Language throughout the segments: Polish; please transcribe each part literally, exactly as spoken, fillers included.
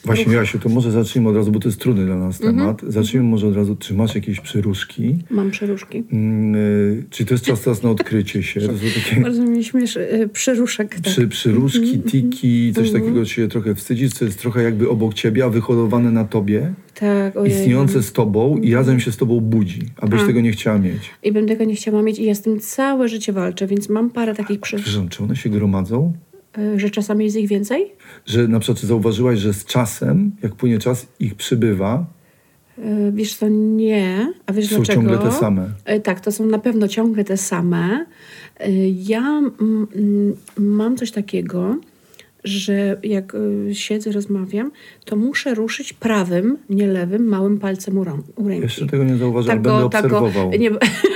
Właśnie, Jasiu, to może zacznijmy od razu, bo to jest trudny dla nas mm-hmm. temat. Zacznijmy może od razu, czy masz jakieś przyróżki? Mam przyróżki. Mm, y, czy to jest czas teraz na odkrycie się? To są takie... Bardzo mi śmieszy. Y, przyruszek, tak. Przy, przyróżki, tiki, coś mm-hmm. takiego się trochę wstydzisz, co jest trochę jakby obok ciebie, a wyhodowane na tobie. Tak, ojej. Istniejące z tobą mm-hmm. i razem się z tobą budzi, abyś a. tego nie chciała mieć. I bym tego nie chciała mieć i ja z tym całe życie walczę, więc mam parę takich przyróżek. Czy one się gromadzą? Że czasami jest ich więcej? Że na przykład zauważyłaś, że z czasem, jak płynie czas, ich przybywa? Yy, wiesz co, nie. A wiesz są dlaczego? ciągle te same? Yy, tak, to są na pewno ciągle te same. Yy, ja m, m, mam coś takiego, że jak y, siedzę, rozmawiam, to muszę ruszyć prawym, nie lewym, małym palcem u, rą- u ręki. Jeszcze tego nie zauważyłem, będę obserwował. Nie...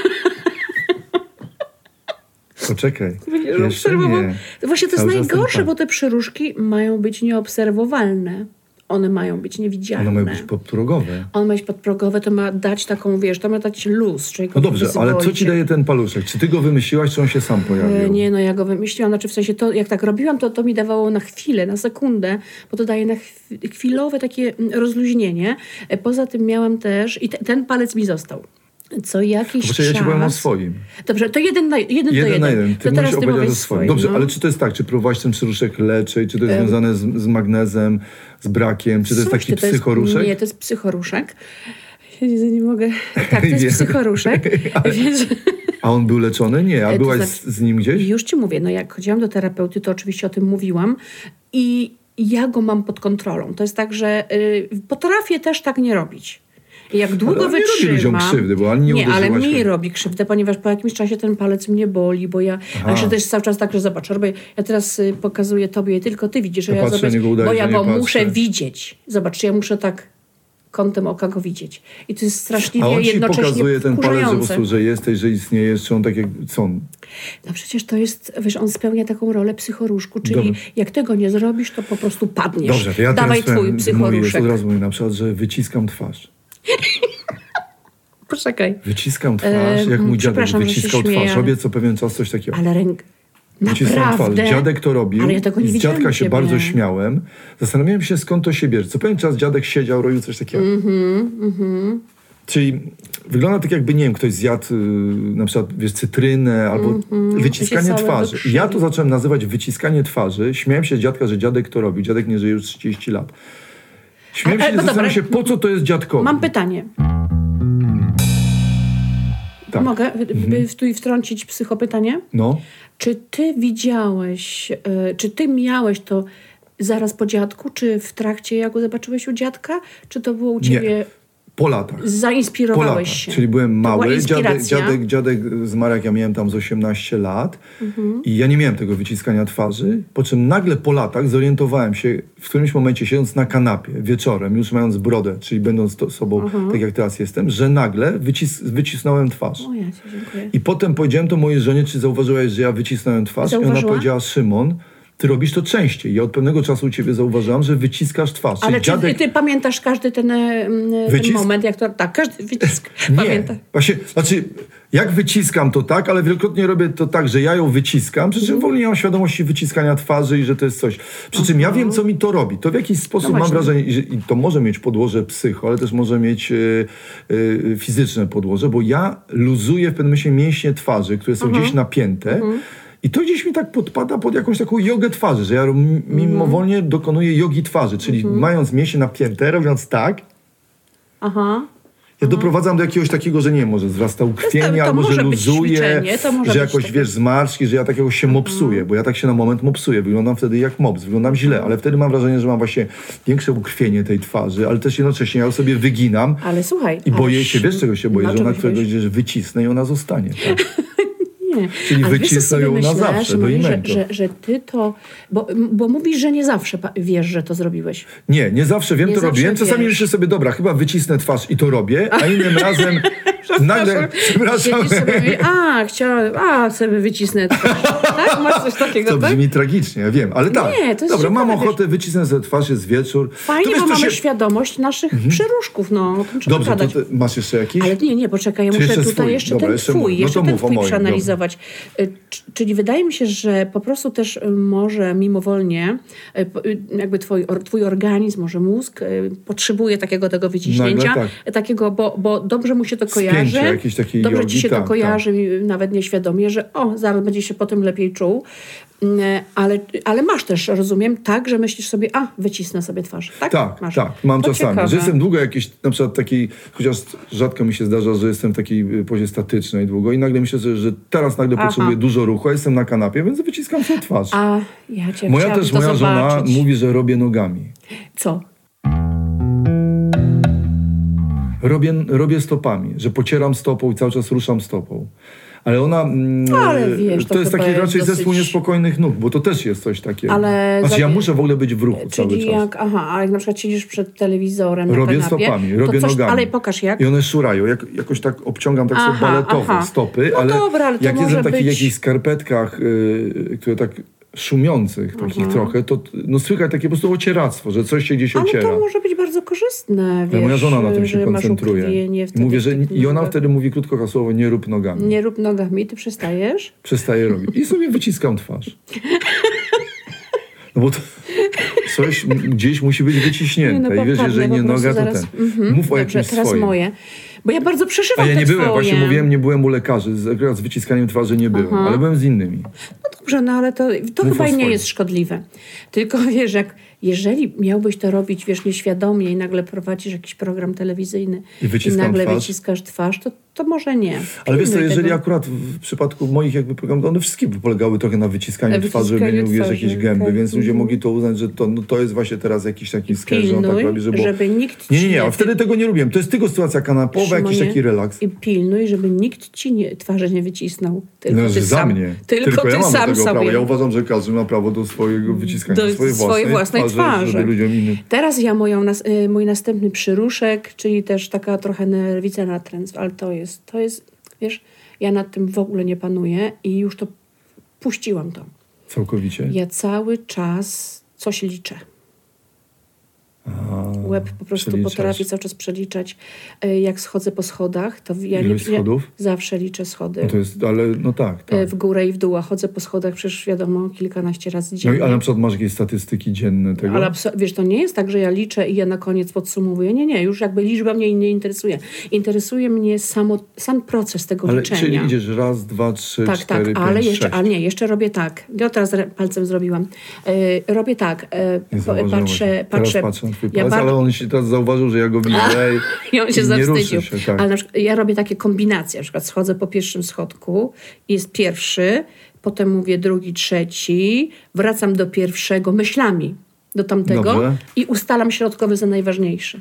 Poczekaj. Jeszcze nie. Właśnie to jest najgorsze, bo te przyróżki mają być nieobserwowalne. One mają być niewidzialne. One mają być podprogowe. One mają być podprogowe, to ma dać taką, wiesz, to ma dać luz. No dobrze, ale co ci daje ten paluszek? Czy ty go wymyśliłaś, czy on się sam pojawił? Nie, no ja go wymyśliłam. Znaczy w sensie, to jak tak robiłam, to, to mi dawało na chwilę, na sekundę, bo to daje na chwilowe takie rozluźnienie. Poza tym miałam też, i te, ten palec mi został. Co jakiś to czas... ja ci powiem o swoim. Dobrze, to jeden na jeden. Jeden, jeden to na jeden. jeden. Ty to teraz musisz opowiedzieć o swoim. Dobrze, no. Ale czy to jest tak, czy próbowałaś ten przyruszek leczyć, czy to jest um. związane z, z magnezem, z brakiem, czy to jest taki to psychoruszek? Jest, nie, to jest psychoruszek. Ja nie, nie mogę... Tak, to jest psychoruszek. Ale... Więc... A on był leczony? Nie. A byłaś znaczy, z, z nim gdzieś? Już ci mówię, no jak chodziłam do terapeuty, to oczywiście o tym mówiłam i ja go mam pod kontrolą. To jest tak, że y, potrafię też tak nie robić. I jak długo ale wytrzymam... nie robi ludziom krzywdy, bo ani nie Nie, ale mi się. robi krzywdę, ponieważ po jakimś czasie ten palec mnie boli, bo ja... Aha. A jeszcze też cały czas tak, że zobacz, robię, ja teraz y, pokazuję tobie, tylko ty widzisz, że ja, ja patrzę, zobacz, udaje, bo ja go patrzę. muszę widzieć. Zobacz, ja muszę tak kątem oka go widzieć. I to jest straszliwie a on ci jednocześnie pokazuje ten palec, że, po prostu, że jesteś, że istniejesz, czy on tak jak... Co on? No przecież to jest, wiesz, on spełnia taką rolę psychoruszku, czyli Dobrze. Jak tego nie zrobisz, to po prostu padniesz. Dobrze, to ja Dawaj teraz twój psychoruszek. Mówię, od razu mówię na przykład, że wyciskam twarz. Poczekaj. Wyciskam twarz, jak mój dziadek wyciskał twarz. Robię co pewien czas coś takiego. Ale ręk... Wyciskam twarz. Dziadek to robił. Ale ja tego nie i z dziadka się ciebie. bardzo śmiałem. Zastanawiałem się, skąd to się bierze. Co pewien czas dziadek siedział, robił coś takiego. Mm-hmm, mm-hmm. Czyli wygląda tak, jakby, nie wiem, ktoś zjadł y, na przykład, wiesz, cytrynę albo mm-hmm. wyciskanie twarzy. I ja to zacząłem nazywać wyciskanie twarzy. Śmiałem się z dziadka, że dziadek to robił. Dziadek nie żyje już trzydzieści lat. Śmiałem się, zastanawiam się, po co to jest dziadkowi. Mam pytanie. Tak. Mogę mm-hmm. tu wtrącić psychopytanie? No. Czy ty widziałeś, y, czy ty miałeś to zaraz po dziadku, czy w trakcie, jak go zobaczyłeś u dziadka? Czy to było u ciebie... Nie. Po latach. Zainspirowałeś po latach. się. Czyli byłem mały. Dziadek, dziadek, dziadek zmarł, jak ja miałem tam z osiemnaście lat. Mhm. I ja nie miałem tego wyciskania twarzy. Po czym nagle po latach zorientowałem się, w którymś momencie siedząc na kanapie wieczorem, już mając brodę, czyli będąc to sobą, mhm. tak jak teraz jestem, że nagle wycis wycisnąłem twarz. O, ja cię dziękuję. I potem powiedziałem to mojej żonie, czy zauważyłaś, że ja wycisnąłem twarz? Zauważyła? I ona powiedziała, Szymon, ty robisz to częściej. Ja od pewnego czasu u ciebie zauważyłam, że wyciskasz twarz. Ale czy dziadek... ty pamiętasz każdy ten, ten moment, jak to... Tak, każdy wycisk pamięta. Właśnie, znaczy, jak wyciskam to tak, ale wielokrotnie robię to tak, że ja ją wyciskam, przy czym mm. w ogóle nie mam świadomości wyciskania twarzy i że to jest coś. Przy czym ja wiem, co mi to robi. To w jakiś sposób no mam wrażenie, że i to może mieć podłoże psycho, ale też może mieć yy, yy, fizyczne podłoże, bo ja luzuję w pewnym momencie mięśnie twarzy, które są mm-hmm. gdzieś napięte. Mm-hmm. I to gdzieś mi tak podpada pod jakąś taką jogę twarzy, że ja mimowolnie mm. dokonuję jogi twarzy, czyli mm-hmm. mając mięśnie napięte, robiąc tak, Aha. ja doprowadzam do jakiegoś takiego, że nie, może wzrasta ukrwienie, albo że luzuje, że jakoś, takie... wiesz, zmarszki, że ja takiego się mm. mopsuję, bo ja tak się na moment mopsuję, wyglądam wtedy jak mops, wyglądam źle, ale wtedy mam wrażenie, że mam właśnie większe ukrwienie tej twarzy, ale też jednocześnie ja ją sobie wyginam ale słuchaj, i boję ale... się, wiesz czego się boję, na że ona któregoś że wycisnę i ona zostanie. Tak? Nie. Czyli wycisnę ją na zawsze, do że, że, że ty to... Bo, bo mówisz, że nie zawsze wiesz, że to zrobiłeś. Nie, nie zawsze wiem, nie to zawsze robiłem. Czasami wiesz. myślę sobie, dobra, chyba wycisnę twarz i to robię, a innym razem Nagle, przepraszam. Siedzisz sobie i mówisz, a, chciałem, a, sobie wycisnę twarz. Tak? Masz coś takiego, To tak? brzmi tragicznie, ja wiem, ale tak. Nie, to jest Dobra, mam ciekawe, ochotę, wycisnę sobie twarz, jest wieczór. Fajnie, To wiesz, bo to mamy się... świadomość naszych mhm. przeróżków, no. O tym trzeba Dobrze, to gadać. ty masz jeszcze jakiś? Ale nie, nie, poczekaj, ja Czy muszę jeszcze tutaj swój? jeszcze Dobra, ten jeszcze twój, mów. No jeszcze to ten mów o twój moim, przeanalizować. Y, c- Czyli wydaje mi się, że po prostu też y, może mimowolnie y, po- y, jakby twój, or, twój organizm, może mózg y, potrzebuje takiego tego wyciśnięcia, Nagle tak. takiego, bo, bo dobrze mu się to Spięcie kojarzy. jakiejś takiej Dobrze jogi, ci się tak, to kojarzy, tak. Nawet nieświadomie, że o, zaraz będzie się potem lepiej czuł. Ale, ale masz też, rozumiem, tak, że myślisz sobie, a, wycisnę sobie twarz. Tak, Tak, masz. tak, mam To czasami. ciekawe. Że jestem długo jakiś, na przykład taki, chociaż rzadko mi się zdarza, że jestem w takiej y, pozie statycznej długo i nagle myślę sobie, że teraz nagle Aha. potrzebuję dużo ruchu, a jestem na kanapie, więc wyciskam sobie twarz. A ja cię Moja chciałam też, to moja żona zobaczyć. mówi, że robię nogami. Co? Robię, robię stopami, że pocieram stopą i cały czas ruszam stopą. Ale ona... Mm, Ale wiesz, to to jest chyba taki jest raczej dosyć- zespół niespokojnych nóg, bo to też jest coś takiego. Ale Znaczy za- ja muszę w ogóle być w ruchu cały Czyli czas. jak, aha, a jak na przykład siedzisz przed telewizorem na Robię kanapie, stopami, to robię coś, nogami. Ale pokaż jak. I one szurają. Jak, jakoś tak obciągam tak Aha, sobie baletowo aha. stopy, No ale, dobra, ale to jak może jestem w takich być- jakichś skarpetkach, y, które tak szumiących, takich trochę, to no słychać takie po prostu ocieractwo, że coś się gdzieś Ale ociera. to może być bardzo korzystne, wiesz, Ale moja żona na tym że się masz koncentruje. ukrwienie I wtedy mówię, że w tych i ona nogach. wtedy mówi krótko hasłowo, nie rób nogami. Nie rób nogami, ty przestajesz? Przestaję robić. I sobie wyciskam twarz. No bo to coś gdzieś musi być wyciśnięte. no I wiesz, popadnę, jeżeli nie po prostu noga, to zaraz, ten. mhm, Mów o dobrze, jakimś teraz swoim. moje. Bo ja bardzo przeżywam A ja te nie byłem, twoje. właśnie mówiłem, nie byłem u lekarzy. Z, akurat z wyciskaniem twarzy nie byłem, Aha. ale byłem z innymi. No dobrze, no ale to, to Mów chyba o nie swoim. jest szkodliwe. Tylko wiesz, jak, jeżeli miałbyś to robić, wiesz, nieświadomie i nagle prowadzisz jakiś program telewizyjny I wyciskam nagle twarz. wyciskasz twarz, to, to może nie. Ale wiesz co, Pilnuj jeżeli tego. akurat w przypadku moich jakby programów, one wszystkie polegały trochę na wyciskaniu Na twarzy, wyciskaniu robieniu wiesz, twarzy, jakieś gęby, tak. więc ludzie Mhm. mogli to uznać, że to, no, to jest właśnie teraz jakiś taki sketch, że on tak Pilnuj, robi, że bo... żeby nikt Nie, ci nie, nie, a nie- wtedy tego nie robiłem. To jest tylko sytuacja kanapowa, jakiś Szymonie, taki relaks. I pilnuj, żeby nikt ci nie, twarzy nie wycisnął. Tylko No, ty że za sam. mnie. Tylko, ja ty mam do sam tego sobie. prawo. Ja uważam, że każdy ma prawo do swojego wyciskania Do swojej swojej własnej, własnej twarzy. żeby ludziom innym... Teraz ja moją, nas, y, mój następny przyruszek, czyli też taka trochę nerwica natręstwa, ale to jest, to jest, wiesz, ja nad tym w ogóle nie panuję i już to puściłam to. Całkowicie. Ja cały czas coś liczę. A, Łeb po prostu przeliczasz. potrafi cały czas przeliczać. Y, Jak schodzę po schodach, to ja, nie, Ilość ja schodów? zawsze liczę schody. No to jest, ale no tak, tak. Y, W górę i w dół, a chodzę po schodach przecież wiadomo kilkanaście razy No dziennie. i, ale na przykład masz jakieś statystyki dzienne tego? Ale abso- wiesz, to nie jest tak, że ja liczę i ja na koniec podsumowuję. Nie, nie, już jakby liczba mnie nie interesuje. Interesuje mnie samo, sam proces tego Ale liczenia. czyli idziesz raz, dwa, trzy, tak, cztery, tak, pięć, ale jeszcze, sześć. ale nie, jeszcze robię tak. Ja teraz re- palcem zrobiłam. E, robię tak, e, Nie po- zauważyłem patrzę, właśnie. patrzę. Teraz patrzę na twój ja palec, bar- ale on się teraz zauważył, że ja go widzę. I on się nie zawstydził. ruszy się, tak. Ale na przykład, ja robię takie kombinacje. Na przykład schodzę po pierwszym schodku, jest pierwszy, potem mówię drugi, trzeci, wracam do pierwszego myślami, do tamtego Dobrze. i ustalam środkowy za najważniejszy.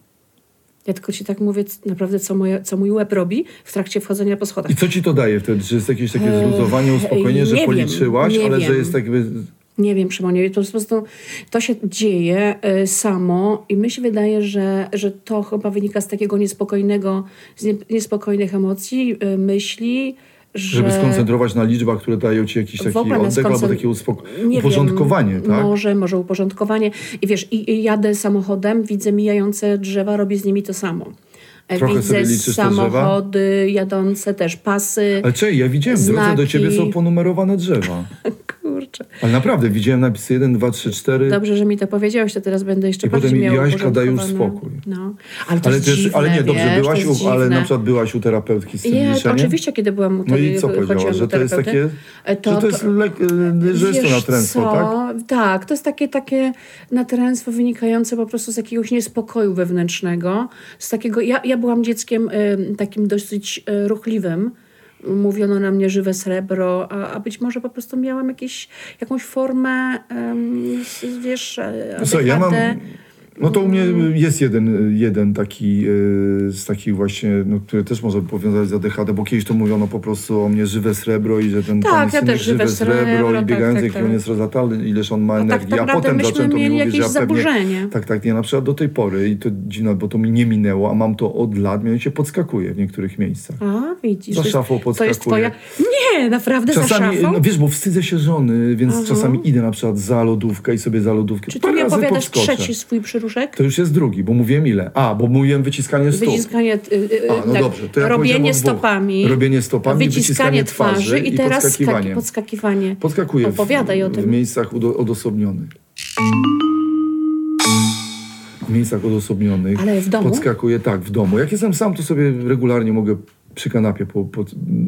Ja tylko ci tak mówię c- naprawdę, co, moje, co mój łeb robi w trakcie wchodzenia po schodach. I co ci to daje wtedy? Czy jest jakieś takie zluzowanie, uspokojenie, że nie wiem, policzyłaś, nie ale że wiem. jest tak jakby... Nie wiem, Szymonie, to po prostu to się dzieje y, samo i mi się wydaje, że, że to chyba wynika z takiego niespokojnego, z nie, niespokojnych emocji, y, myśli, że... Żeby skoncentrować na liczbach, które dają ci jakiś taki w ogóle na oddech albo skoncentr- takie uspok... Nie uporządkowanie, wiem, tak? Może, może uporządkowanie. I wiesz, i, i jadę samochodem, widzę mijające drzewa, robię z nimi to samo. E, Trochę widzę sobie liczysz te drzewa? samochody jadące, też pasy. Ale czekaj, ja widziałem w drodze do znaki. ciebie są ponumerowane drzewa. Kurczę. Ale naprawdę, widziałem napisy jeden, dwa, trzy, cztery. Dobrze, że mi to powiedziałeś, to teraz będę jeszcze I bardziej potem miała Jaśka, daj już uporządkowane. spokój. No. Ale to Ale, jest też, dziwne, ale nie, dobrze, wiesz, byłaś to jest u, ale dziwne. na przykład byłaś u terapeuki z tym Ja, liczeniem? oczywiście, kiedy byłam u No i co chodziłam powiedziałaś, do że to jest terapeuty. takie, To- że to jest, to- lek, że jest to Wiesz natręstwo, co? tak? Tak, to jest takie, takie natręstwo wynikające po prostu z jakiegoś niespokoju wewnętrznego. Z takiego, ja, ja byłam dzieckiem y, takim dosyć y, ruchliwym. Mówiono na mnie żywe srebro, a, a być może po prostu miałam jakieś, jakąś formę, um, wiesz, Co, ja mam, A D H D. No to u mnie jest jeden, jeden taki yy, z takich właśnie, no, który też może powiązać z A D H D, bo kiedyś to mówiono po prostu o mnie żywe srebro i że ten tak, pan ja synek też żywe srebro, srebro i tak, biegający, tak, jaki tak. on jest rozlatalny, ileż on ma No energii, tak a naprawdę potem myśmy zaczęto mi mieli mówić, że jakieś ja pewnie... zaburzenie. Tak, tak, ja na przykład do tej pory, i to dziwne, bo to mi nie minęło, a mam to od lat, mianowicie podskakuje w niektórych miejscach. A, widzisz. Za szafą To jest podskakuje. twoja... Nie, naprawdę Czasami, za szafą? no wiesz, bo wstydzę się żony, więc Aha. czasami idę na przykład za lodówkę i sobie za lodówkę Czy ty parę mi razy opowiadasz podskoczę. trzeci swój przyruszek? To już jest drugi, bo mówiłem ile? A, bo mówiłem wyciskanie stóp. Wyciskanie, y, y, A, no tak, dobrze, to ja powiedziałem robienie o dwóch. stopami, Robienie stopami, wyciskanie twarzy i, i teraz podskakiwanie. skaki, podskakiwanie. Podskakuję w, Opowiadaj o w tym. miejscach udo, odosobnionych. W miejscach odosobnionych. Ale w domu? Podskakuję, tak, w domu. Jak jestem sam, to sobie regularnie mogę przy kanapie. Po, po,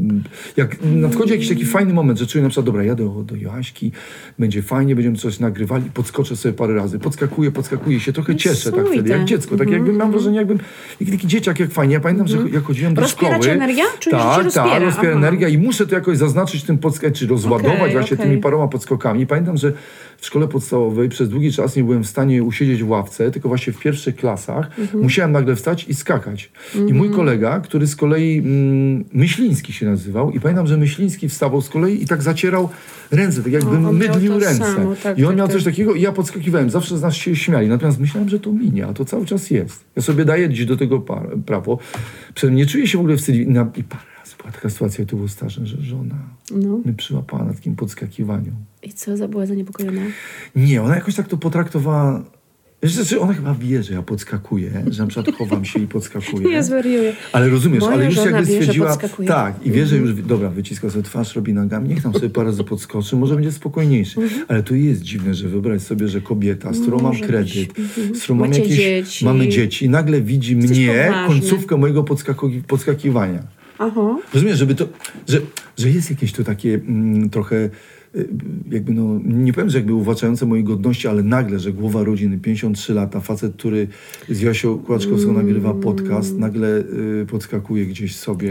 jak nadchodzi jakiś taki fajny moment, że czuję na przykład, dobra, jadę do, do Joaśki, będzie fajnie, będziemy coś nagrywali, podskoczę sobie parę razy. Podskakuję, podskakuję się, trochę cieszę tak wtedy, jak dziecko. Tak jakbym, mam wrażenie, jakbym, jak taki dzieciak, jak fajnie. Ja pamiętam, że jak chodziłem do Rozpiera szkoły... cię energia? Czujesz, że tak, cię rozpiera? tak, rozpiera Aha. energia i muszę to jakoś zaznaczyć tym podskak, czy rozładować Okej, właśnie okej. tymi paroma podskokami. I pamiętam, że w szkole podstawowej przez długi czas nie byłem w stanie usiedzieć w ławce, tylko właśnie w pierwszych klasach Mhm. musiałem nagle wstać i skakać. I mój kolega, który z kolei mm, Myśliński się nazywał, i pamiętam, że Myśliński wstawał z kolei i tak zacierał ręce, tak jakby O, on miał mydlił to ręce. samo, tak, I on tak, miał tak. coś takiego i ja podskakiwałem. Zawsze z nas się śmiali. Natomiast myślałem, że to minie, a to cały czas jest. Ja sobie daję dziś do tego par- prawo. Przynajmniej nie czuję się w ogóle wstydliwy. Na- I parę razy była taka sytuacja, jak to było stażem, że żona No. mnie przyłapała na takim podskakiwaniu. I co, za- była zaniepokojona? Nie, ona jakoś tak to potraktowała... Wiesz, znaczy ona chyba wie, że ja podskakuję, że na przykład chowam się i podskakuję. Ja zwariuję. Ale rozumiesz, Moja ale już żona jakby wie, że stwierdziła... podskakuje. Tak, i wie, że już, dobra, wyciska sobie twarz, robi nogami, niech tam sobie parę razy podskoczy, może będzie spokojniejszy. Ale to jest dziwne, że wyobraź sobie, że kobieta, z którą mam Może kredyt, być. Mhm. z którą mam Macie jakieś... dzieci. Mamy dzieci, i nagle widzi Jesteś mnie, poważny. końcówkę mojego podskaku- podskakiwania. Aha. Rozumiesz, żeby to, że, że jest jakieś to takie mm, trochę y, jakby no, nie powiem, że jakby uwłaczające mojej godności, ale nagle, że głowa rodziny, pięćdziesiąt trzy lata, facet, który z Jasią Kłaczkowską Mm. nagrywa podcast, nagle y, podskakuje gdzieś sobie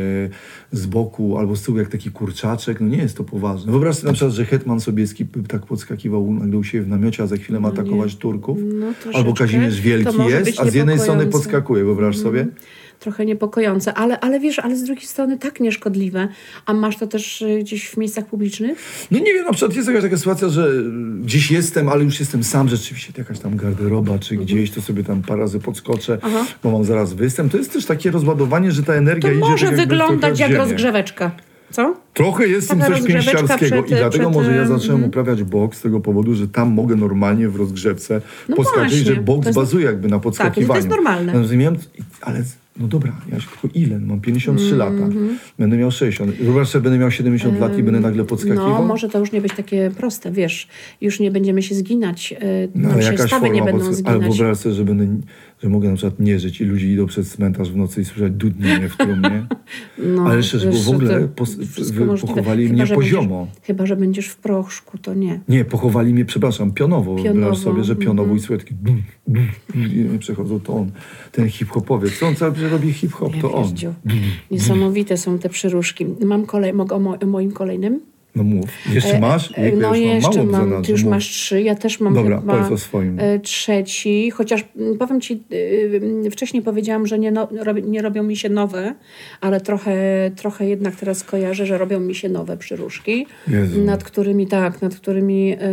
z boku albo z tyłu jak taki kurczaczek, no nie jest to poważne. Wyobraź sobie na przykład, że Hetman Sobieski by tak podskakiwał nagle u siebie w namiocie, a za chwilę ma No nie. atakować Turków. No, albo troszeczkę. Kazimierz To Wielki może jest, być a z jednej strony niepokojące. podskakuje, wyobraź sobie. Trochę niepokojące, ale, ale wiesz, ale z drugiej strony tak nieszkodliwe. A masz to też y, gdzieś w miejscach publicznych? No nie wiem, na przykład jest jakaś taka sytuacja, że gdzieś jestem, ale już jestem sam, rzeczywiście jakaś tam garderoba, czy gdzieś, to sobie tam parę razy podskoczę, Aha. bo mam zaraz występ. To jest też takie rozładowanie, że ta energia To idzie może tak jakby wyglądać trochę w jak ziemię. rozgrzeweczka. Co? Trochę jest w tym Taka coś rozgrzeweczka pięściarskiego przed- i dlatego przed, może ja em, zacząłem uprawiać boks z tego powodu, że tam mogę normalnie w rozgrzewce No podskakiwać, właśnie, że boks to jest- bazuje jakby na Tak, i podskakiwaniu. to jest normalne. Natomiast miałem, ale no dobra, ja się tylko ile? Mam pięćdziesiąt trzy lata, będę miał sześćdziesiąt. Wyobraź sobie, będę miał siedemdziesiąt lat i będę nagle podskakiwał. No, może to już nie być takie proste, wiesz. Już nie będziemy się zginać. y, No, Nam ale się jakaś stawy nie forma, będą bo, zginać. ale wyobraź sobie, że, będę, że mogę na przykład nie żyć i ludzie idą przez cmentarz w nocy i słyszeć dudnienie w trumnie. No, ale jeszcze, że wiesz, w ogóle to pos, wszystko wy, możliwe. pochowali Chyba, mnie że poziomo. Będziesz, chyba, że będziesz w proszku, to nie. Nie, pochowali mnie, przepraszam, pionowo. Pionowo, Wyobraź sobie, że pionowo mhm. i słychać taki dum, dum, dum, i przechodzą, to on. Ten hip-hopowiec. Co on cały czas robi hip-hop, Ja to wiesz, on. Dziu, Niesamowite są te przyróżki. Mam kolej, mogę o, mo, o moim kolejnym? No mów. Jeszcze masz? E, Ja No już mam jeszcze mało w mam, zanadrzu, ty już mów. masz trzy, ja też mam Dobra, chyba powiedz o swoim. e, trzeci, chociaż mm, powiem ci, y, wcześniej powiedziałam, że nie, no, robi, nie robią mi się nowe, ale trochę, trochę jednak teraz kojarzę, że robią mi się nowe przyróżki, Jezu. nad którymi tak, nad którymi y,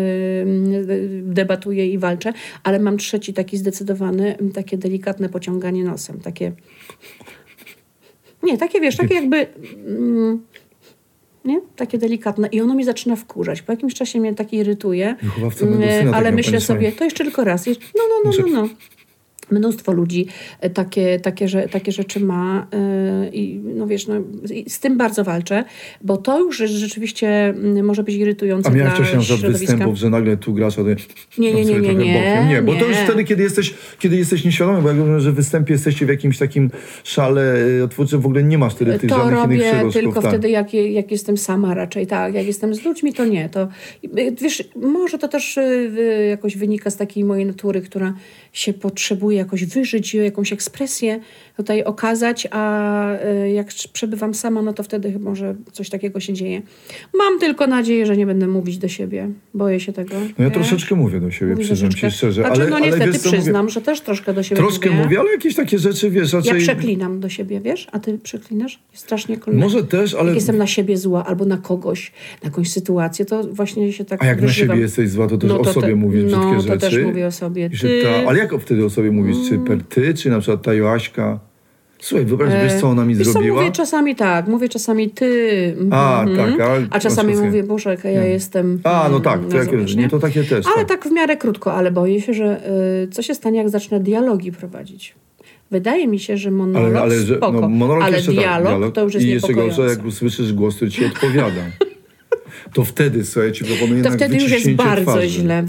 y, debatuję i walczę, ale mam trzeci taki zdecydowany, takie delikatne pociąganie nosem, takie nie, takie wiesz, takie jakby mm, nie? Takie delikatne. I ono mi zaczyna wkurzać. Po jakimś czasie mnie tak irytuje. Wychowawca mojego syna Mm, tak ale miał, myślę panie sobie, Słuchaj. to jeszcze tylko raz. Jeszcze- No, no, no, no, no. Mnóstwo ludzi e, takie, takie, że, takie rzeczy ma e, i no wiesz, no, i z tym bardzo walczę, bo to już rzeczywiście mm, może być irytujące A miałeś dla wcześniej na przykład środowiska. występów, że nagle tu grasz, a ty Nie, nie, tam sobie nie, nie, trochę nie, bokiem. Nie, bo to już nie. wtedy, kiedy jesteś, kiedy jesteś nieświadomy, bo jak rozumiem, że w występie jesteście w jakimś takim szale y, otwórczym, w ogóle nie masz wtedy tych To żadnych innych robię przyrożków. tylko tak. wtedy, jak, je- jak jestem sama raczej, tak. Jak jestem z ludźmi, to nie. To, y, wiesz, może to też y, y, jakoś wynika z takiej mojej natury, która się potrzebuje jakoś wyżyć, jakąś ekspresję tutaj okazać, a jak przebywam sama, no to wtedy może coś takiego się dzieje. Mam tylko nadzieję, że nie będę mówić do siebie. Boję się tego. No ja nie? troszeczkę mówię do siebie, Mówisz przyznam troszeczkę. ci szczerze. Znaczy, ale, no ale niestety wiesz, co przyznam, mówię? że też troszkę do siebie Troszkę mówię. mówię, ale jakieś takie rzeczy, wiesz, raczej... Ja przeklinam do siebie, wiesz? A ty przeklinasz? Strasznie kolejne. Może też, ale... Jak jestem na siebie zła albo na kogoś, na jakąś sytuację, to właśnie się tak A jak wyżywam. na siebie jesteś zła, to też No o to sobie te- mówisz brzydkie no, rzeczy. to też mówię o sobie. I że Ty. ta, ale jak wtedy o sobie mówisz? Czy per ty, czy na przykład ta Joaśka? Słuchaj, wyobraź, wiesz, co ona mi Wiesz co, zrobiła? mówię czasami tak, mówię czasami ty. A, mhm. tak, a- A czasami masz rację. mówię, Boże, jaka ja jestem. A, no mm, tak, to, jak, rozumiesz, nie? to takie też. Ale tak. tak w miarę krótko, ale boję się, że y, co się stanie, jak zacznę dialogi prowadzić. Wydaje mi się, że monolog Ale, ale że, spoko, no, monolog ale jeszcze dialog, tak, dialog to już jest i jeszcze niepokojące. gorzej, jak usłyszysz głos, który ci odpowiada. To wtedy, słuchaj, ci proponuję To jednak wtedy już jest wyciśnięcie bardzo twarzy. źle.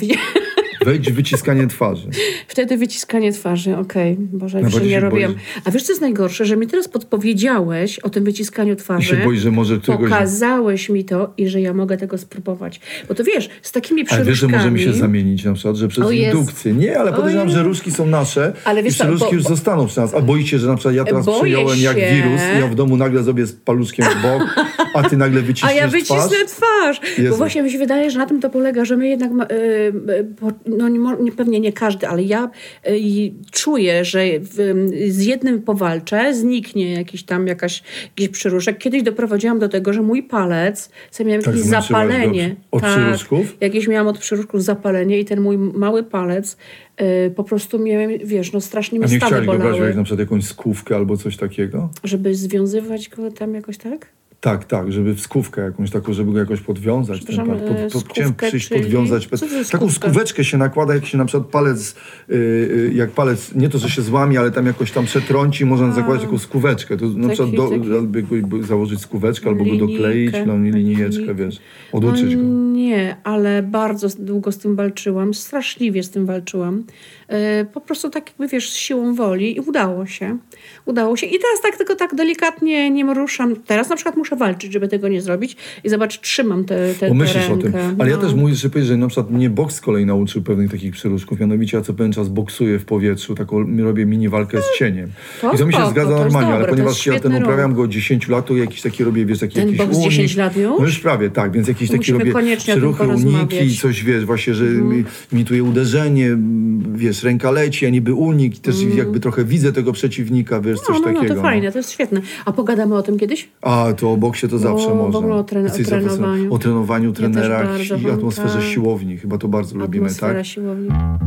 Wejdź wyciskanie twarzy. Wtedy wyciskanie twarzy, okej. Okay. Boże, już się bardziej nie się robiłam. boisz. A wiesz, co jest najgorsze? Że mi teraz podpowiedziałeś o tym wyciskaniu I twarzy. się boisz, że może któregoś... Pokazałeś mi to i że ja mogę tego spróbować. Bo to wiesz, z takimi Ale przeróżkami... wiesz, że możemy się zamienić na przykład, że przez O Jezu. indukcję. Nie, ale podejrzewam, Jezu. że różki są nasze Ale wiesz i co, przeróżki bo- już bo- zostaną przy nas. A boicie, że na przykład ja teraz Boję przejąłem jak się. wirus i ja w domu nagle zrobię z paluszkiem w bok, a ty nagle wyciśniesz A ja wycisnę twarz. twarz. Jezu. Bo właśnie mi się wydaje, że na tym to polega, że my jednak, ma- y, y, po- no nie, mo- nie, pewnie nie każdy, ale ja y, czuję, że w, z jednym powalczę, zniknie jakiś tam jakaś, jakiś przyruszek. Kiedyś doprowadziłam do tego, że mój palec, sobie miałem Tak jakieś zmęczyłaś go zapalenie. od tak, przyruszków? Jakieś miałam od przyruszków zapalenie i ten mój mały palec y, po prostu miałem, wiesz, no strasznie A mi nie stawy chciałeś go brać bolały. jak na przykład jakąś skówkę albo coś takiego? Żeby związywać go tam jakoś tak? Tak, tak, żeby w skówkę jakąś taką, żeby go jakoś podwiązać. Ten Przepraszam, par- e, pod, pod, chciałem skówkę, przyjść, czyli- podwiązać. co to jest Taką skówka? skóweczkę się nakłada, jak się na przykład palec, yy, yy, jak palec, nie to, że się złamie, ale tam jakoś tam przetrąci, można zakładać taką skóweczkę. To na przykład do, taki- albo jakby założyć skóweczkę, albo go Linijkę, dokleić, no, linijeczkę, linijkę. wiesz, oduczyć go. No nie, ale bardzo długo z tym walczyłam, straszliwie z tym walczyłam. E, po prostu tak jakby, wiesz, z siłą woli i udało się. Udało się. I teraz tak tylko tak delikatnie nie ruszam. Teraz na przykład muszę walczyć, żeby tego nie zrobić. I zobacz, trzymam tę te, Pomyślisz te o tym. rękę. Ale ja No. też muszę powiedzieć, że na przykład mnie boks z kolei nauczył pewnych takich przyruszków. Mianowicie ja co pewien czas boksuję w powietrzu, taką robię mini walkę z cieniem. To I to mi się spoko, zgadza to jest normalnie, ale dobre, to ponieważ jest ja ten świetny uprawiam ruch. go od dziesięciu lat, to jakiś taki robię, wiesz, taki Ten jakiś boks unik. dziesięć lat już? No już prawie, tak, więc jakiś taki Musimy robię koniecznie o tym przyruchy, uniki porozmawiać. i coś, wiesz, właśnie, że mm. imituję uderzenie, m, wiesz, ręka leci, a niby unik i też Mm. jakby trochę widzę tego przeciwnika, wiesz, coś No, no, no, takiego. to fajne, to jest świetne. A pogadamy o tym kiedyś? A, to o boksie to zawsze O, w można. ogóle o tren- Jesteś o trenowaniu. zafascynowany. O trenowaniu, też trenerach bardzo, i atmosferze tak. siłowni. Chyba to bardzo lubimy, Atmosfera tak? siłowni.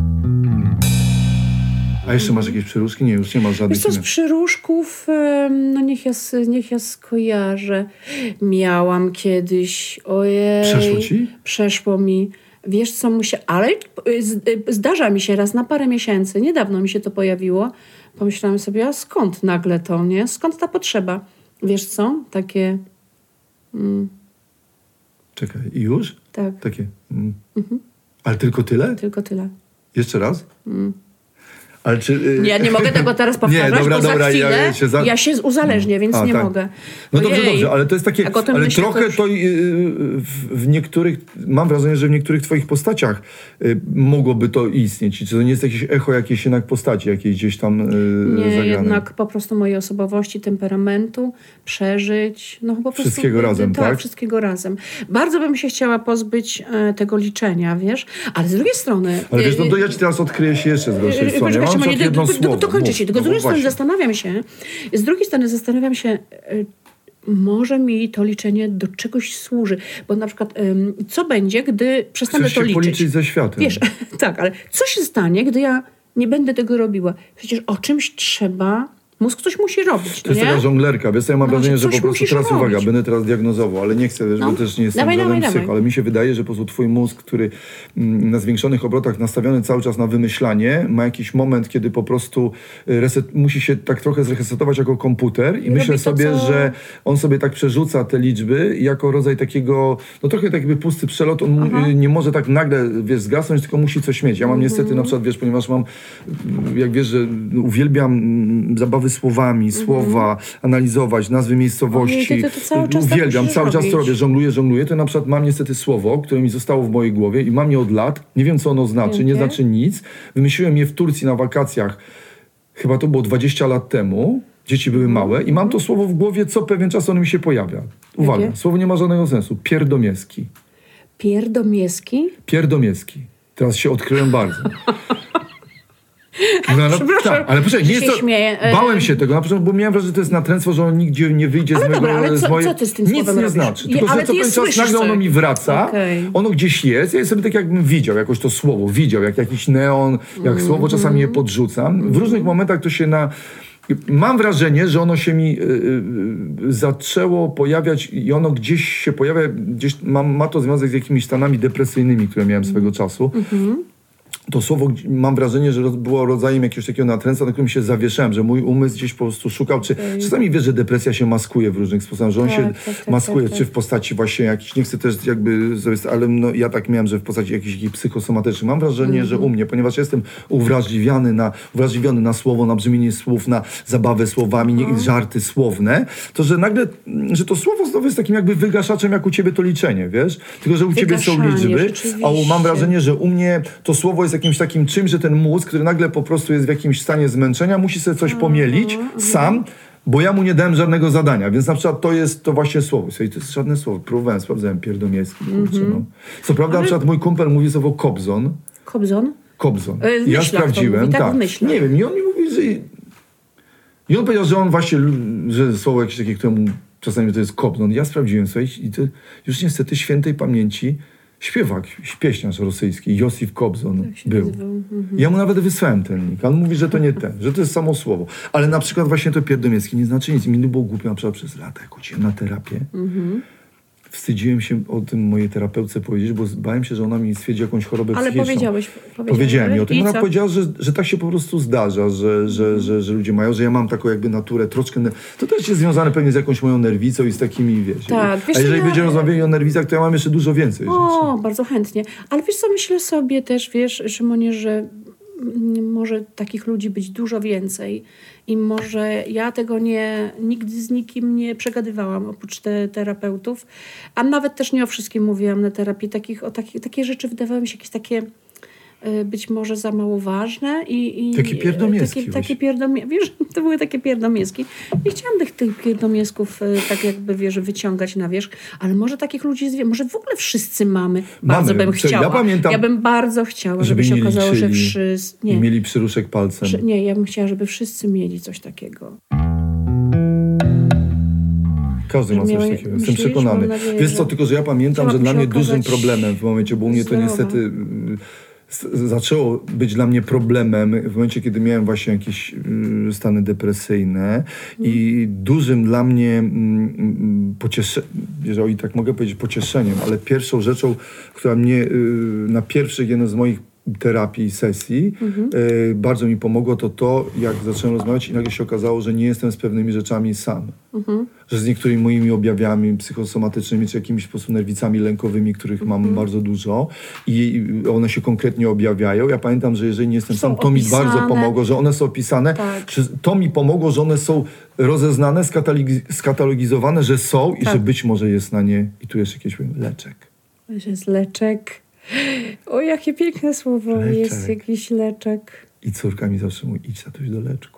A jeszcze masz jakieś przyruszki? Nie, już nie masz żadnych. Wiesz co, z innych. przyruszków, em, no niech ja, s- niech ja skojarzę. Miałam kiedyś, ojej. Przeszło ci? Przeszło mi. Wiesz co, musia, ale y, z- y, zdarza mi się raz na parę miesięcy, niedawno mi się to pojawiło. Pomyślałam sobie, a skąd nagle to, nie? Skąd ta potrzeba? Wiesz co, takie, Czekaj, i już? tak, Takie. Mm. Ale tylko tyle? tylko tyle. Jeszcze raz? Ale czy... y, Ja nie mogę tego teraz powtarzać, Nie, dobra, bo dobra, za chwilę ja ja się za- się uzależnię, więc A, nie tak. mogę. No dobrze, Ojej. dobrze, ale to jest takie, Jak o tym ale myślę, to trochę już- to, y, w, w niektórych, mam wrażenie, że w niektórych twoich postaciach y, mogłoby to istnieć. I czy to nie jest jakieś echo jakiejś jednak postaci, jakiejś gdzieś tam y, Nie, zagranej? jednak po prostu mojej osobowości, temperamentu, przeżyć. No, po prostu, Wszystkiego razem, tak? wszystkiego razem. Bardzo bym się chciała pozbyć e, tego liczenia, wiesz? Ale z drugiej strony... Ale wiesz, no to e, ja ci teraz odkryję się jeszcze z gorszej e, strony. poczekaj, Mam Szymonie, przykład jedno do- do- słowo. dokończę Mów. się. Tylko z No drugiej strony właśnie. zastanawiam się, z drugiej strony zastanawiam się, e, może mi to liczenie do czegoś służy. Bo na przykład, em, co będzie, gdy przestanę Chcesz to się liczyć? policzyć ze światem. Wiesz, tak, ale co się stanie, gdy ja nie będę tego robiła? Przecież o czymś trzeba... Mózg coś musi robić, To jest nie? taka żonglerka. Wiesz, ja mam No, wrażenie, że że po coś prostu musisz teraz robić. uwaga, będę teraz diagnozował, ale nie chcę, wiesz, No. bo też nie jestem Dawaj, żaden dawaj, psych, dawaj. ale mi się wydaje, że po prostu twój mózg, który mm, na zwiększonych obrotach nastawiony cały czas na wymyślanie, ma jakiś moment, kiedy po prostu y, reset, musi się tak trochę zresetować jako komputer i, I myślę robi to, sobie, co- że on sobie tak przerzuca te liczby jako rodzaj takiego, no trochę tak jakby pusty przelot, on Aha. y, nie może tak nagle, wiesz, zgasnąć, tylko musi coś mieć. Ja mam Mhm. niestety na przykład, wiesz, ponieważ mam, y, jak wiesz, że uwielbiam mm, zabawy słowami, słowa, analizować, nazwy miejscowości. Ojej, ty to- to cały czas tak Uwielbiam, musisz cały czas to robić. robię, żongluję, żongluję. To na przykład mam niestety słowo, które mi zostało w mojej głowie i mam je od lat. Nie wiem, co ono znaczy, nie Jakie? znaczy nic. Wymyśliłem je w Turcji na wakacjach. Chyba to było dwadzieścia lat temu. Dzieci były małe i mam to słowo w głowie, co pewien czas ono mi się pojawia. Uwaga, Jakie? słowo nie ma żadnego sensu. Pierdomieski. Pierdomieski? Pierdomieski. Teraz się odkryłem bardzo. No, no, Przepraszam, tak, ale proszę, nie jest się to, śmieję. bałem się tego, na początku, bo miałem wrażenie, że to jest natręctwo, że on nigdzie nie wyjdzie Ale z mojego... dobra, ale co- z mojej... co ty z tym Nic słowem nie robisz? znaczy. Je- Tylko, ale że co ty je pewien czas słyszysz nagle ono sobie. mi wraca, Okej. ono gdzieś jest, ja sobie tak jakbym widział jakoś to słowo, widział, jak jakiś neon, jak Mm. słowo, czasami je podrzucam. W różnych momentach to się na... Mam wrażenie, że ono się mi y, y, zaczęło pojawiać i ono gdzieś się pojawia, gdzieś ma, ma to związek z jakimiś stanami depresyjnymi, które miałem swego czasu. To słowo, mam wrażenie, że było rodzajem jakiegoś takiego natręctwa, na którym się zawieszałem, że mój umysł gdzieś po prostu szukał, czy czasami wiesz, że depresja się maskuje w różnych sposobach, że on Tak, się tak, tak, maskuje, tak, czy tak. w postaci właśnie jakichś, nie chcę też jakby, sobie- ale no, ja tak miałem, że w postaci jakichś takich psychosomatycznych. Mam wrażenie, że u mnie, ponieważ jestem uwrażliwiony na, uwrażliwiony na słowo, na brzmienie słów, na zabawę słowami, nie, żarty słowne, to że nagle, że to słowo znowu jest takim jakby wygaszaczem, jak u ciebie to liczenie, wiesz? Tylko, że u ciebie są Wygaszanie, liczby, a u, mam rzeczywiście. wrażenie, że u mnie to słowo jest jakimś takim czymś, że ten mózg, który nagle po prostu jest w jakimś stanie zmęczenia, musi sobie coś pomielić sam, bo ja mu nie dałem żadnego zadania. Więc na przykład to jest to właśnie słowo. Słuchaj, to jest żadne słowo. Próbowałem, sprawdzałem pierdomieski. kurczę, no. Co prawda, na przykład mój kumpel mówi słowo kobzon. Kobzon? Kobzon. E, w I ja myślach to sprawdziłem. mówi, tak, tak. w myślach. Nie wiem, i on mi mówi, że... I on powiedział, że on właśnie, że słowo jakieś takie, któremu czasami to jest kobzon. Ja sprawdziłem sobie i to już niestety świętej pamięci śpiewak, pieśniarz rosyjski, Josif Kobzon Tak się był. nazywał. Mhm. Ja mu nawet wysłałem ten link. On mówi, że to nie ten, że to jest samo słowo. Ale na przykład właśnie to pierdomiecki nie znaczy nic. Mi było głupio na przykład przez lata, jak chodziłem na terapię. Mhm. Wstydziłem się o tym mojej terapeutce powiedzieć, bo bałem się, że ona mi stwierdzi jakąś chorobę Ale psychiczną. powiedziałeś, Powiedziałem jej o tym. I Ona co? powiedziała, że, że tak się po prostu zdarza, że, że, że, że ludzie mają, że ja mam taką jakby naturę troszkę... Ne- to też jest związane pewnie z jakąś moją nerwicą i z takimi, wiesz... Tak, wiesz a jeżeli co, ja- będziemy rozmawiali o nerwicach, to ja mam jeszcze dużo więcej rzeczy. O, bardzo chętnie. Ale wiesz co, myślę sobie też, wiesz, Szymonie, że mm, może takich ludzi być dużo więcej i może ja tego nie, nigdy z nikim nie przegadywałam, oprócz te terapeutów, a nawet też nie o wszystkim mówiłam na terapii. Takich, o takich, takie rzeczy wydawały mi się jakieś takie y, być może za mało ważne i... i Takie pierdomieski Takie, właśnie. takie pierdomie, wiesz, to były takie pierdomieski. Nie chciałam tych, tych pierdomiesków y, tak jakby, wiesz, wyciągać na wierzch, ale może takich ludzi jest, wie- może w ogóle wszyscy mamy. Bardzo Mamy. bym Co, chciała. ja pamiętam- Ja bym bardzo chciała, Żeby żeby się nie okazało, że liczyli wszyscy... I Nie, mieli przyruszek palcem. Przy- nie, ja bym chciała, żeby wszyscy mieli coś takiego. Każdy ma coś Miałeś- takiego, jestem myślisz? przekonany. Mam nadzieję, Wiesz co, że tylko że ja pamiętam, że chciałabym dla się mnie dużym okazać problemem w momencie, bo u mnie to zdrowa. niestety y, s- zaczęło być dla mnie problemem w momencie, kiedy miałem właśnie jakieś y, stany depresyjne i dużym dla mnie mm, pocieszeniem, jeżeli tak mogę powiedzieć, pocieszeniem, ale pierwszą rzeczą, która mnie y, na pierwszych jednym z moich terapii, sesji, y, bardzo mi pomogło, to to, jak zacząłem rozmawiać i nagle się okazało, że nie jestem z pewnymi rzeczami sam. Że z niektórymi moimi objawami psychosomatycznymi, czy jakimiś po prostu nerwicami lękowymi, których mam bardzo dużo i one się konkretnie objawiają. Ja pamiętam, że jeżeli nie jestem Są sam, to mi opisane. bardzo pomogło, że one są opisane. Tak. Że to mi pomogło, że one są rozeznane, skatalogi- skatalogizowane, że są i Tak. że być może jest na nie, i tu jeszcze jakieś powiem, leczek. Że jest leczek. O, jakie piękne słowo. Leczek. Jest jakiś leczek. I córka mi zawsze mówi, idź tatuś do leczków.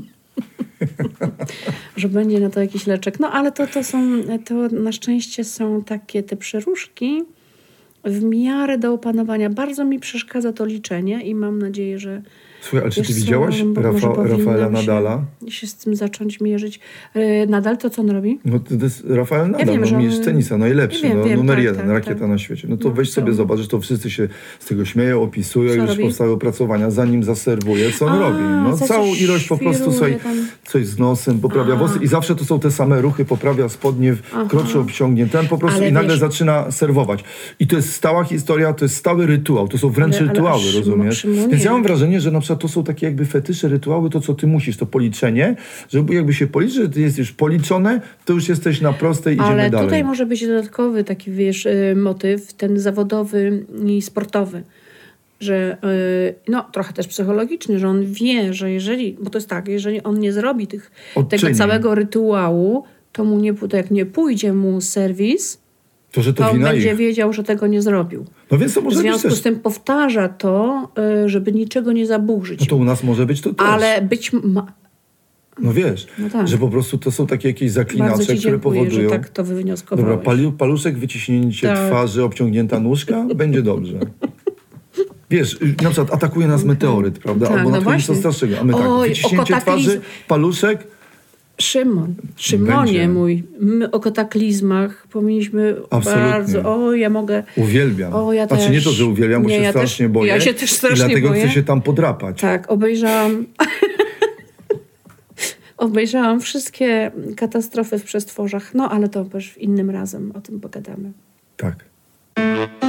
Że będzie na to jakiś leczek. No ale to, to są, to na szczęście są takie te przeróżki w miarę do opanowania. Bardzo mi przeszkadza to liczenie i mam nadzieję, że Słuchaj, ale czy wiesz ty co, widziałaś bo Rafa, może Rafaela powinnam Nadala? Się, się z tym zacząć mierzyć. Yy, Nadal to co on robi? No to to jest Rafael Nadal, wiem, no, że on- mistrz tenisa, najlepszy, Wiem, no, wiem, numer tak, jeden, tak, rakieta tak. na świecie. No to No, weź co sobie on- zobacz, że to wszyscy się z tego śmieją, opisują, Co już robi? powstały opracowania, zanim zaserwuje, co on A, robi. No, za całą coś ilość po prostu, świruje słuchaj, tam. coś z nosem, poprawia A. włosy i zawsze to są te same ruchy, poprawia spodnie, Aha. kroczy obciągnie, ten po prostu Ale i nagle wiesz- zaczyna serwować. I to jest stała historia, to jest stały rytuał, to są wręcz Ale- ale rytuały, Szymon- rozumiesz? Szymonie- Więc ja mam wrażenie, że na przykład to są takie jakby fetysze, rytuały, to co ty musisz, to policzenie, żeby jakby się policzyć, że ty jesteś policzone, to już jesteś na prostej, idziemy Ale dalej. tutaj może być dodatkowy taki, wiesz, y, motyw, ten zawodowy i sportowy. Że, y, no trochę też psychologiczny, że on wie, że jeżeli, bo to jest tak, jeżeli on nie zrobi tych, Odczyni. tego całego rytuału, to mu nie, to jak nie pójdzie mu serwis, To, że to, to on wina będzie ich. wiedział, że tego nie zrobił. No więc to W może być związku też... z tym powtarza to, y, żeby niczego nie zaburzyć. No to u nas może być to też. Ale być ma... No wiesz, No tak. że po prostu to są takie jakieś Bardzo zaklinacze, ci które dziękuję, powodują... że tak to wywnioskowałeś. Dobra, pali, paluszek, wyciśnięcie Tak. twarzy, obciągnięta nóżka, będzie dobrze. Wiesz, na przykład atakuje nas meteoryt, prawda? Tak, Albo no nadchodzi właśnie. coś strasznego. A my tak, Oj, wyciśnięcie o twarzy, kataklizm- paluszek, Szymon, Szymonie Będzie. mój, my o kataklizmach powinniśmy Absolutnie. bardzo... O, ja mogę... uwielbiam. O, ja Znaczy też. nie to, że uwielbiam, bo Nie, się ja strasznie też- boję. ja się też strasznie I dlatego boję. chcę się tam podrapać. Tak, obejrzałam... obejrzałam wszystkie katastrofy w przestworzach. No, ale to już innym razem o tym pogadamy. Tak.